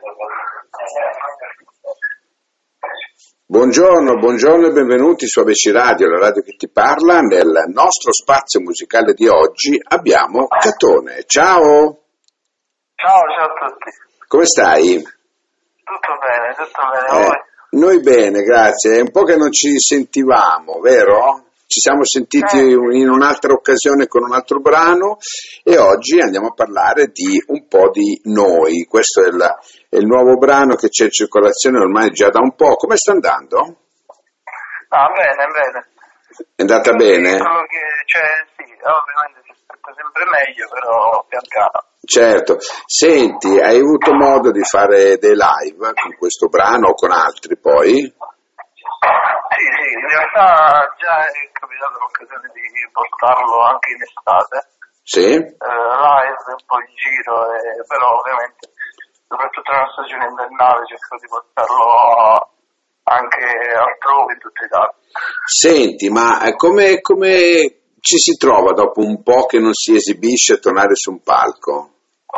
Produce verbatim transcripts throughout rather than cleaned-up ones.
Buongiorno, buongiorno e benvenuti su A B C Radio, la radio che ti parla. Nel nostro spazio musicale di oggi abbiamo Catone. Ciao! Ciao, ciao a tutti. Come stai? Tutto bene, tutto bene. Eh, Voi? noi bene, grazie. È un po' che non ci sentivamo, vero? Ci siamo sentiti Eh. in un'altra occasione con un altro brano e oggi andiamo a parlare di un po' di noi. Questo è il, è il nuovo brano che c'è in circolazione ormai già da un po'. Come sta andando? Ah, bene, bene. È andata Quello bene? Che, quello che, cioè, sì, ovviamente si aspetta sempre meglio, però pian piano. Certo. Senti, hai avuto modo di fare dei live con questo brano o con altri poi? Sì, sì, in realtà già è capitato l'occasione di portarlo anche in estate. Sì? Eh, live, un po' in giro, eh, però ovviamente, soprattutto nella stagione invernale, cerco di portarlo anche altrove in tutta Italia. Senti, ma eh, come, come ci si trova dopo un po' che non si esibisce a tornare su un palco?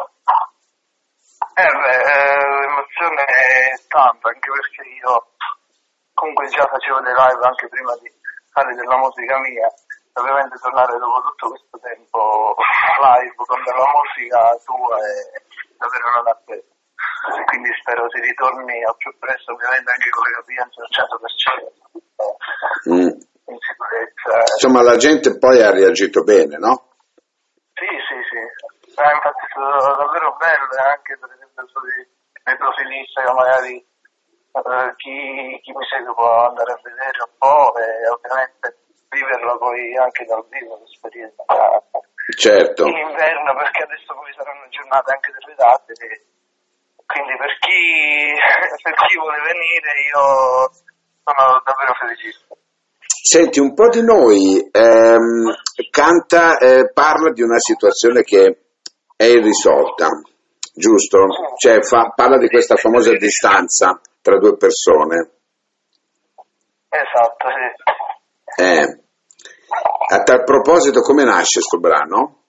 Eh beh, eh, l'emozione è tanta, anche perché io comunque già facevo dei live anche prima di fare della musica mia. Ovviamente tornare dopo tutto questo tempo live con della musica tua è davvero una attesa. Quindi spero si ritorni al più presto, ovviamente anche con le capienze al cento per cento. Mm. In sicurezza. Insomma, la gente poi ha reagito bene, no? Sì, sì, sì. Eh, infatti sono davvero belle, anche per esempio sui nei profili Instagram magari eh, chi, chi mi segue può andare a vedere un po' e ovviamente viverla poi anche dal vivo l'esperienza Certo. in inverno, perché adesso poi saranno giornate anche delle date e quindi per chi, per chi vuole venire io sono davvero felicissimo. Senti, un po' di noi ehm, canta, eh, parla di una situazione che è irrisolta, giusto? Cioè fa- parla di questa famosa distanza tra due persone. Esatto, sì. Eh, a tal proposito, come nasce sto brano?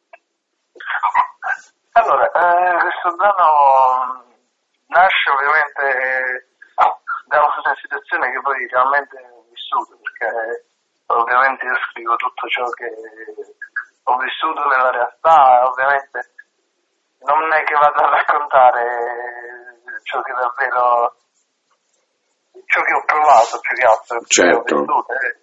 Allora, eh, questo brano nasce ovviamente da una situazione che poi realmente ho vissuto, perché ovviamente io scrivo tutto ciò che ho vissuto nella realtà, ovviamente non è che vado a raccontare ciò che davvero, ciò che ho provato più che altro, ciò che ho Certo. vissuto, e,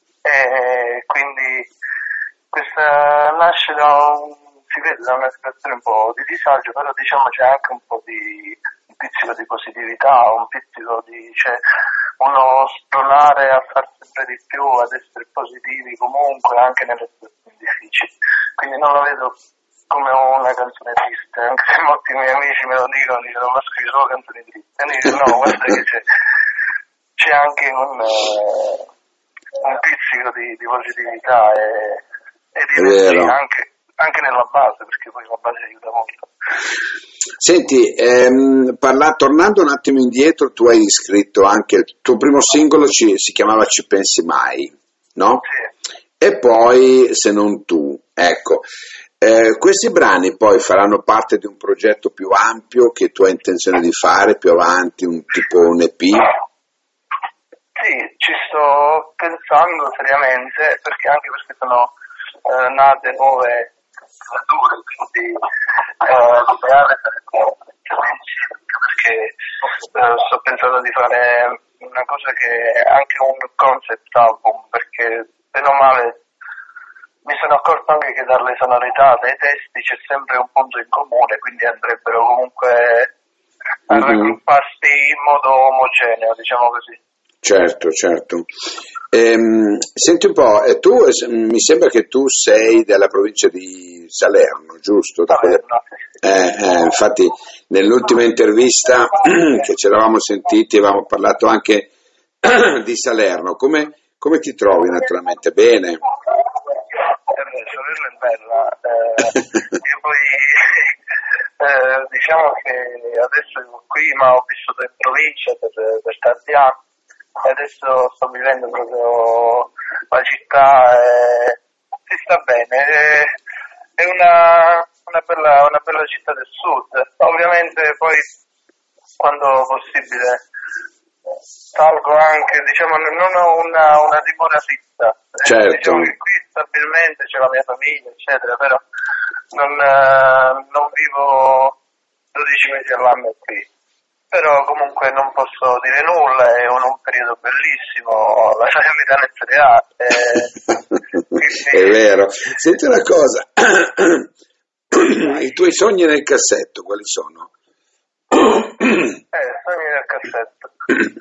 e quindi questa nasce da un, si vede da una situazione un po' di disagio, però diciamo c'è anche un po' di un pizzico di positività, un pizzico di, cioè, uno spronare a far sempre di più, ad essere positivi comunque anche nelle situazioni difficili. Quindi non la vedo come una canzone triste, anche se molti miei amici me lo dicono, dicono ma scrivi solo canzoni triste. E io dico no, guarda che c'è, c'è anche un, eh, un pizzico di, di positività e, e di È energia vero. anche, anche nella base, perché poi la base aiuta molto. Senti, ehm, parla- tornando un attimo indietro, tu hai scritto anche il tuo primo singolo, ci- si chiamava Ci pensi mai, no? Sì. E poi Se non tu, ecco. Eh, questi brani poi faranno parte di un progetto più ampio che tu hai intenzione di fare più avanti, un tipo un E P? Sì, ci sto pensando seriamente, perché anche perché sono eh, nate nuove nature, quindi eh, l'ideale sarebbe metterle insieme, anche perché eh, sto pensando di fare una cosa che è anche un concept album, perché bene o male mi sono accorto anche che dalle sonorità dei testi c'è sempre un punto in comune, quindi andrebbero comunque a Mhm. raggrupparsi in modo omogeneo, diciamo così. Certo, certo. Ehm, senti un po', eh, tu eh, mi sembra che tu sei della provincia di Salerno, giusto? Da quelle- Salerno. Eh, eh, infatti nell'ultima intervista che ci eravamo sentiti avevamo parlato anche di Salerno. Come, come ti trovi naturalmente? Bene? Eh, Salerno è bella, eh, io poi eh, diciamo che adesso vivo qui, ma ho vissuto in provincia per, per tanti anni e adesso sto vivendo proprio la città e si sta bene, è, è una, una, bella, una bella città del sud, ovviamente poi quando possibile salgo anche, diciamo, non ho una, una dimora fissa. Certo. Eh, diciamo che qui stabilmente c'è la mia famiglia, eccetera, però non, eh, non vivo dodici mesi all'anno qui. Però comunque non posso dire nulla, è un, un periodo bellissimo, la vita nel Serie A. Eh, quindi... È vero. Senti una cosa, i tuoi sogni nel cassetto quali sono? Eh, sogni nel cassetto.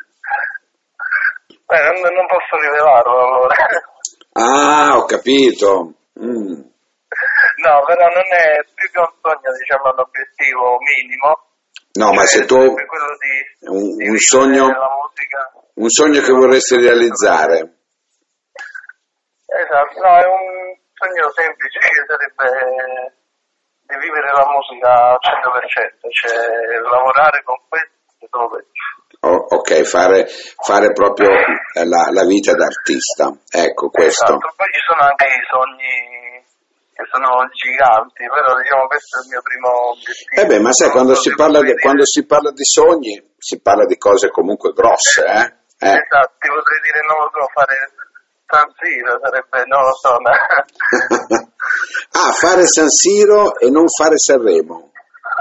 Eh, non, non posso rivelarlo allora. Ah, ho capito. Mm. No, però non è più che un sogno, diciamo, un obiettivo minimo. No, cioè, ma se tu quello di, un, di un sogno la musica, un sogno che vorresti realizzare. Esatto, no, è un sogno semplice che sarebbe di vivere la musica al cento per cento, cioè lavorare con questo e solo questo. Oh, ok, fare, fare proprio la, la vita d'artista, ecco questo. Esatto, poi ci sono anche i sogni che sono giganti, però diciamo questo è il mio primo obiettivo. Eh beh, ma sai, non quando so si, se parla di, potrei quando dire... si parla di sogni, si parla di cose comunque grosse, eh? eh. Esatto, ti potrei dire, non lo so, fare San Siro sarebbe, non lo so. No. Ah, fare San Siro e non fare Sanremo.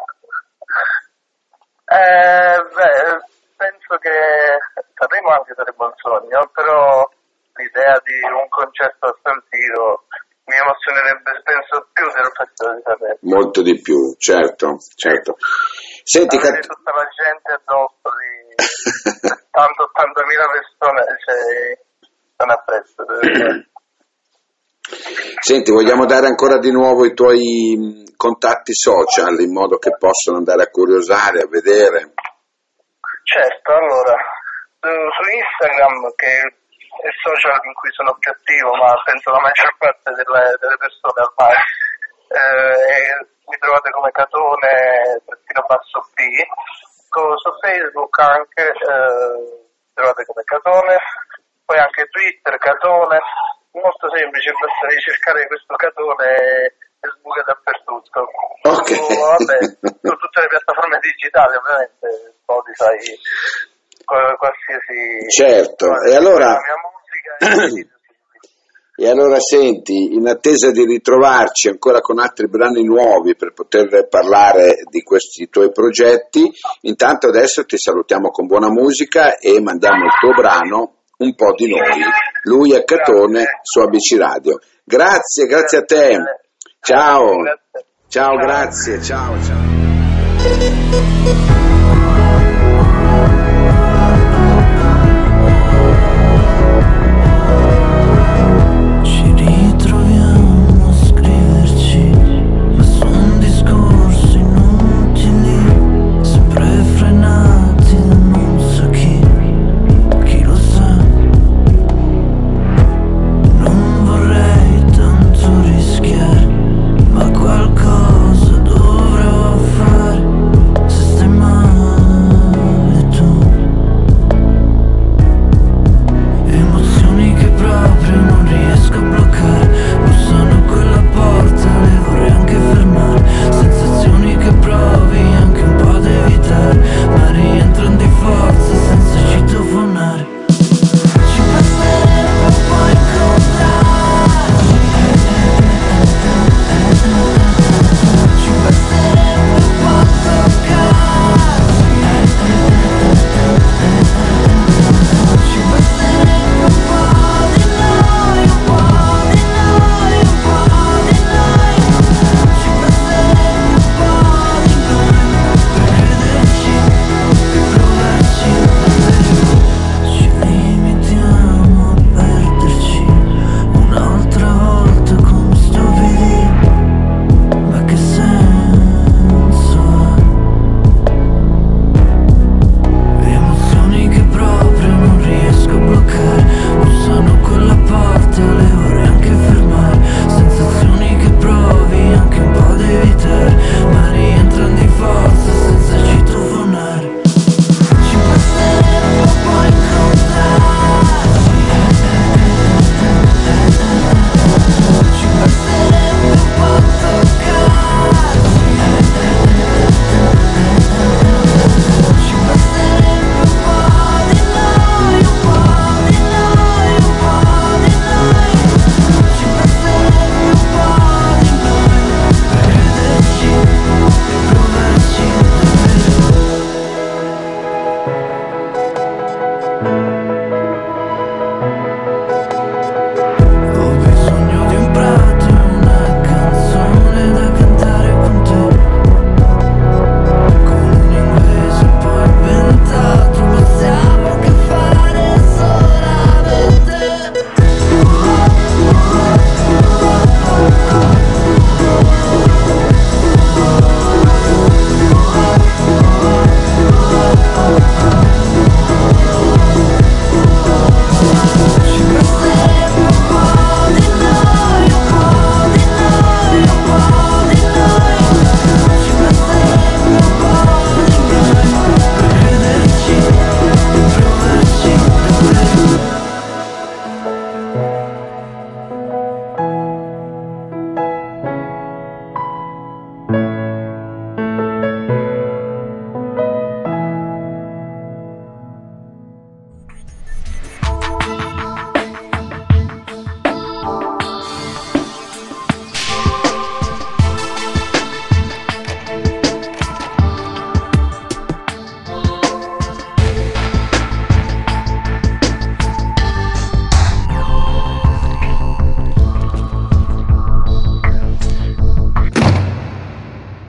Eh, beh, penso che Sanremo anche sarebbe un sogno, però l'idea di un concerto a San Siro mi emozionerebbe, penso, più del Festival di Sanremo. Molto di più, certo, certo. Senti, avere Cat... tutta la gente addosso di settanta ottantamila persone, cioè, non apprezzo. Senti, vogliamo dare ancora di nuovo i tuoi contatti social in modo che possano andare a curiosare, a vedere? Certo, allora, su, su Instagram, che è il social in cui sono più attivo, ma penso la maggior parte delle, delle persone ormai, eh, mi trovate come Catone, trattino basso P, su Facebook anche eh, trovate come Catone, poi anche Twitter, Catone, molto semplice, basta ricercare questo Catone e sbuca dappertutto. Ok. Su, vabbè, su tutte le piattaforme digitali, ovviamente, Spotify, qualsiasi... Certo, qualsiasi e allora... la mia musica e... E allora senti, in attesa di ritrovarci ancora con altri brani nuovi per poter parlare di questi tuoi progetti, intanto adesso ti salutiamo con buona musica e mandiamo il tuo brano Un po' di noi. Lui è Catone su A B C Radio. Grazie, grazie a te. Ciao. Ciao, grazie. Ciao, ciao.